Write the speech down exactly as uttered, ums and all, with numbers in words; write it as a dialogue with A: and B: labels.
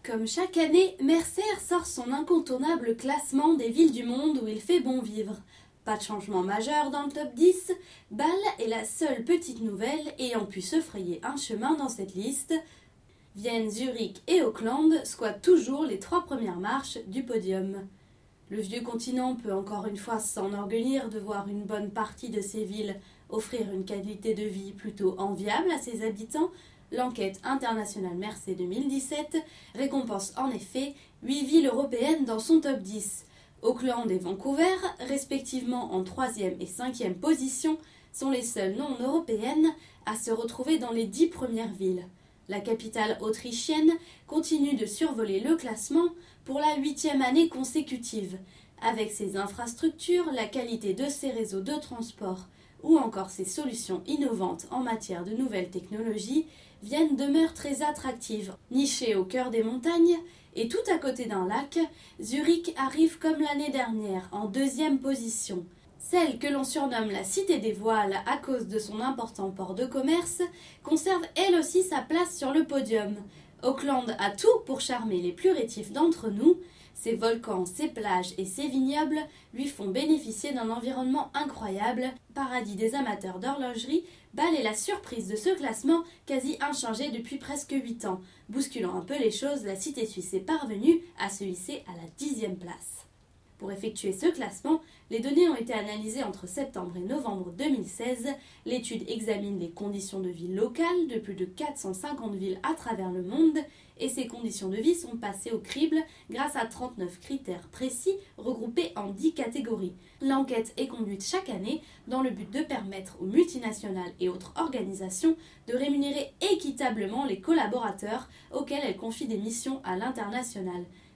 A: Comme chaque année, Mercer sort son incontournable classement des villes du monde où il fait bon vivre. Pas de changement majeur dans le top dix, Bâle est la seule petite nouvelle ayant pu se frayer un chemin dans cette liste. Vienne, Zurich et Auckland squattent toujours les trois premières marches du podium. Le vieux continent peut encore une fois s'enorgueillir de voir une bonne partie de ces villes offrir une qualité de vie plutôt enviable à ses habitants. L'enquête internationale Mercer deux mille dix-sept récompense en effet huit villes européennes dans son top dix. Auckland et Vancouver, respectivement en troisième et cinquième position, sont les seules non européennes à se retrouver dans les dix premières villes. La capitale autrichienne continue de survoler le classement pour la huitième année consécutive. Avec ses infrastructures, la qualité de ses réseaux de transport ou encore ses solutions innovantes en matière de nouvelles technologies, Vienne demeure très attractive. Nichée au cœur des montagnes et tout à côté d'un lac, Zurich arrive comme l'année dernière en deuxième position. Celle que l'on surnomme la Cité des Voiles à cause de son important port de commerce conserve elle aussi sa place sur le podium. Auckland a tout pour charmer les plus rétifs d'entre nous. Ses volcans, ses plages et ses vignobles lui font bénéficier d'un environnement incroyable. Paradis des amateurs d'horlogerie, Bâle est la surprise de ce classement quasi inchangé depuis presque huit ans. Bousculant un peu les choses, la cité suisse est parvenue à se hisser à la dixième place. Pour effectuer ce classement, les données ont été analysées entre septembre et novembre deux mille seize. L'étude examine les conditions de vie locales de plus de quatre cent cinquante villes à travers le monde et ces conditions de vie sont passées au crible grâce à trente-neuf critères précis regroupés en dix catégories. L'enquête est conduite chaque année dans le but de permettre aux multinationales et autres organisations de rémunérer équitablement les collaborateurs auxquels elles confient des missions à l'international.